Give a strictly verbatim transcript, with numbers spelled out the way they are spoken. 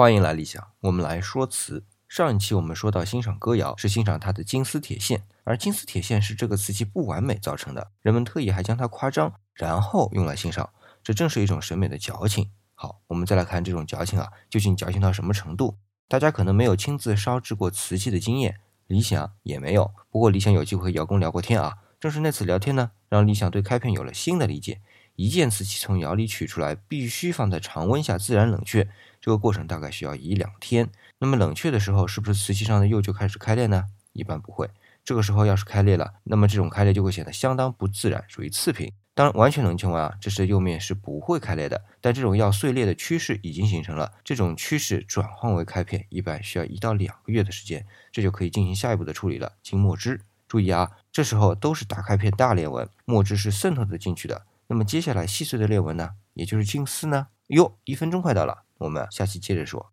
欢迎来理想，我们来说词。上一期我们说到欣赏歌谣是欣赏它的金丝铁线，而金丝铁线是这个瓷器不完美造成的，人们特意还将它夸张，然后用来欣赏，这正是一种审美的矫情。好，我们再来看这种矫情啊，究竟矫情到什么程度？大家可能没有亲自烧制过瓷器的经验，理想也没有，不过理想有机会和姚工聊过天啊，正是那次聊天呢，让理想对开片有了新的理解。一件瓷器从窑里取出来，必须放在常温下自然冷却，这个过程大概需要一两天。那么冷却的时候，是不是瓷器上的釉就开始开裂呢？一般不会。这个时候要是开裂了，那么这种开裂就会显得相当不自然，属于次品。当然，完全冷却完啊，这时釉面是不会开裂的，但这种要碎裂的趋势已经形成了，这种趋势转换为开片，一般需要一到两个月的时间，这就可以进行下一步的处理了，清墨汁。注意啊，这时候都是大开片大裂纹，墨汁是渗透得进去的。那么接下来细碎的裂纹呢，也就是金丝呢？哟，一分钟快到了，我们下期接着说。